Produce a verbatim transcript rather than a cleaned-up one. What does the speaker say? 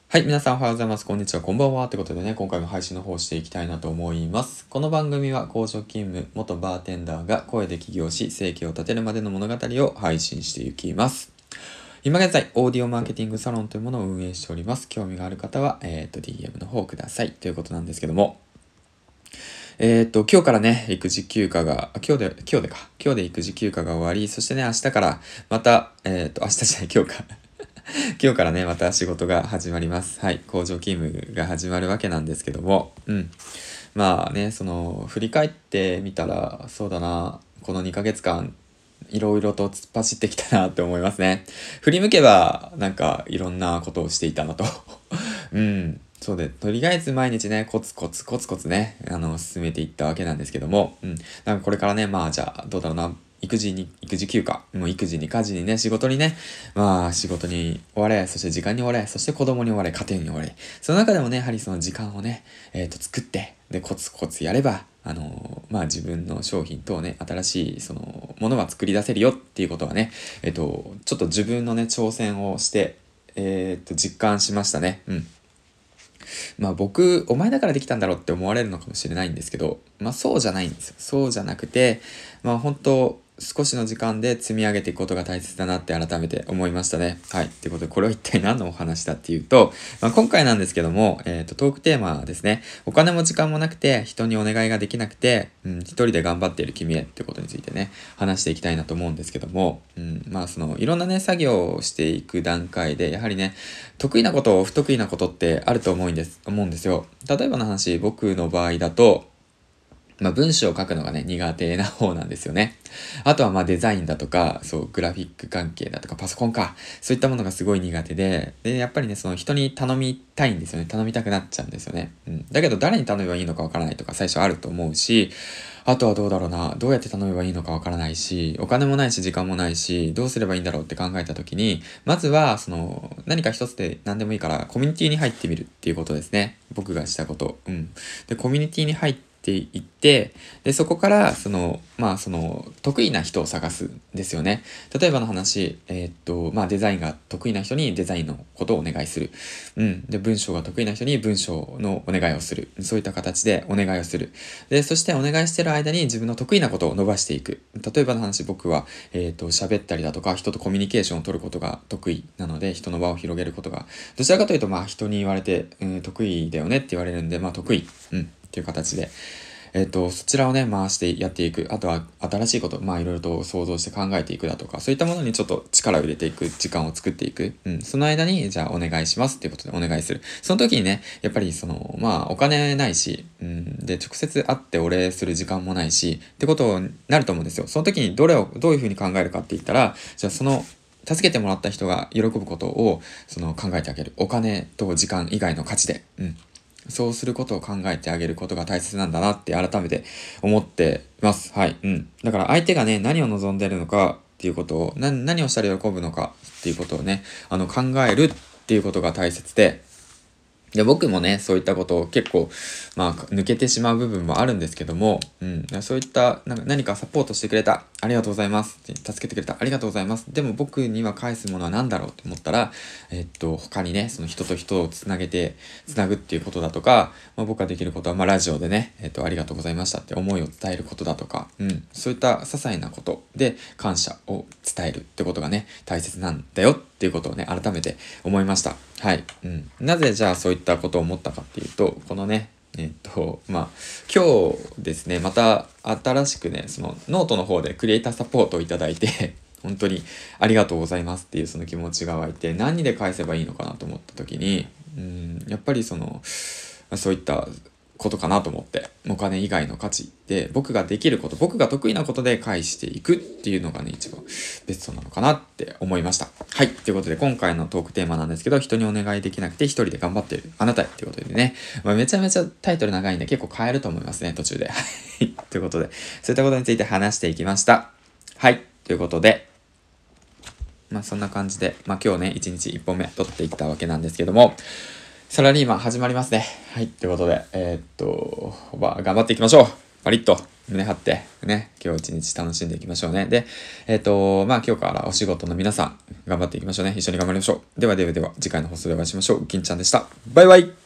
はい、皆さんおはようございます。こんにちは、こんばんは。ということでね、今回も配信の方をしていきたいなと思います。この番組は工場勤務、元バーテンダーが声で起業し、生計を立てるまでの物語を配信していきます。今現在、オーディオマーケティングサロンというものを運営しております。興味がある方は、えっと、ディーエム の方ください。ということなんですけども、えっと、今日からね、育児休暇が、あ今日で、今日でか、今日で育児休暇が終わり、そしてね、明日から、また、えっと、明日じゃない、今日か。今日からね、また仕事が始まります。はい。工場勤務が始まるわけなんですけども、うん。まあね、その、振り返ってみたら、そうだな、このにかげつかん、いろいろと突っ走ってきたなって思いますね。振り向けば、なんか、いろんなことをしていたなと。うん。そうで、とりあえず毎日ね、コツコツコツコツね、あの、進めていったわけなんですけども、うん。なんかこれからね、まあじゃあ、どうだろうな、育児に、育児休暇、もう育児に家事にね、仕事にね、まあ仕事に追われ、そして時間に追われ、そして子供に追われ、家庭に追われ、その中でもね、やはりその時間をね、えっと、作って、で、コツコツやれば、あのーまあ自分の商品等ね、新しいそのものは作り出せるよっていうことはね、えっと、ちょっと自分のね、挑戦をして、えっと、実感しましたね。うん。まあ僕、お前だからできたんだろうって思われるのかもしれないんですけど、まあそうじゃないんですよ。そうじゃなくて、まあ本当少しの時間で積み上げていくことが大切だなって改めて思いましたね。はい。ってことで、これは一体何のお話だっていうと、まあ、今回なんですけども、えっと、トークテーマはですね、お金も時間もなくて、人にお願いができなくて、うん、一人で頑張っている君へってことについてね、話していきたいなと思うんですけども、うん、まあその、いろんなね、作業をしていく段階で、やはりね、得意なこと、不得意なことってあると思うんです、思うんですよ。例えばの話、僕の場合だと、まあ文章を書くのがね、苦手な方なんですよね。あとはまあデザインだとか、そう、グラフィック関係だとか、パソコンか、そういったものがすごい苦手で、で、やっぱりね、その人に頼みたいんですよね。頼みたくなっちゃうんですよね。うん。だけど誰に頼めばいいのかわからないとか最初あると思うし、あとはどうだろうな、どうやって頼めばいいのかわからないし、お金もないし、時間もないし、どうすればいいんだろうって考えた時に、まずは、その、何か一つで何でもいいから、コミュニティに入ってみるっていうことですね。僕がしたこと。うん。で、コミュニティに入って、ていって、で、そこから、その、まあ、その、得意な人を探すんですよね。例えばの話、えーっと、まあ、デザインが得意な人にデザインのことをお願いする。うん。で、文章が得意な人に文章のお願いをする。そういった形でお願いをする。で、そしてお願いしてる間に自分の得意なことを伸ばしていく。例えばの話、僕は、えーっと、喋ったりだとか、人とコミュニケーションを取ることが得意なので、人の場を広げることが、どちらかというと、まあ、人に言われて、うん、得意だよねって言われるんで、まあ、得意。うん。っていう形で、えっと、そちらをね、回してやっていく。あとは、新しいこと、まあ、いろいろと想像して考えていくだとか、そういったものにちょっと力を入れていく、時間を作っていく。うん。その間に、じゃあ、お願いしますっていうことでお願いする。その時にね、やっぱり、その、まあ、お金ないし、うん。で、直接会ってお礼する時間もないし、ってことになると思うんですよ。その時に、どれを、どういうふうに考えるかって言ったら、じゃあ、その、助けてもらった人が喜ぶことを、その、考えてあげる。お金と時間以外の価値で。うん。そうすることを考えてあげることが大切なんだなって改めて思っています。はい。うん。だから相手がね、何を望んでるのかっていうことを、な、何をしたら喜ぶのかっていうことをね、あの、考えるっていうことが大切で、で、僕もね、そういったことを結構、まあ、抜けてしまう部分もあるんですけども、うん、そういったなんか何かサポートしてくれた、ありがとうございます、助けてくれた、ありがとうございます。でも僕には返すものは何だろうって思ったら、えっと、他にね、その人と人をつなげて、つなぐっていうことだとか、まあ、僕ができることは、まあ、ラジオでね、えっと、ありがとうございましたって思いを伝えることだとか、うん、そういった些細なことで感謝を伝えるってことがね、大切なんだよっていうことをね、改めて思いました。はい。うん。なぜじゃあそういったことを思ったかっていうと、このね、えっと、まあ、今日ですね、また新しくね、そのノートの方でクリエイターサポートをいただいて、本当にありがとうございますっていうその気持ちが湧いて、何で返せばいいのかなと思った時に、うん、やっぱりその、そういったことかなと思って、お金以外の価値で僕ができること、僕が得意なことで返していくっていうのがね、一番ベストなのかなって思いました。はい。ということで今回のトークテーマなんですけど、人にお願いできなくて一人で頑張っているあなたへっていうことでね、まあ、めちゃめちゃタイトル長いんで結構変えると思いますね、途中で。はい。ということで、そういったことについて話していきました。はい。ということで、まあそんな感じで、まあ今日ね、一日一本目撮っていったわけなんですけども、サラリーマン始まりますね。はい。ということで、えー、っと、まあ、頑張っていきましょう。パリッと。 胸張って、ね、今日一日楽しんでいきましょうね。で、えっと、まあ今日からお仕事の皆さん、頑張っていきましょうね。一緒に頑張りましょう。ではではでは、次回の放送でお会いしましょう。金ちゃんでした。バイバイ。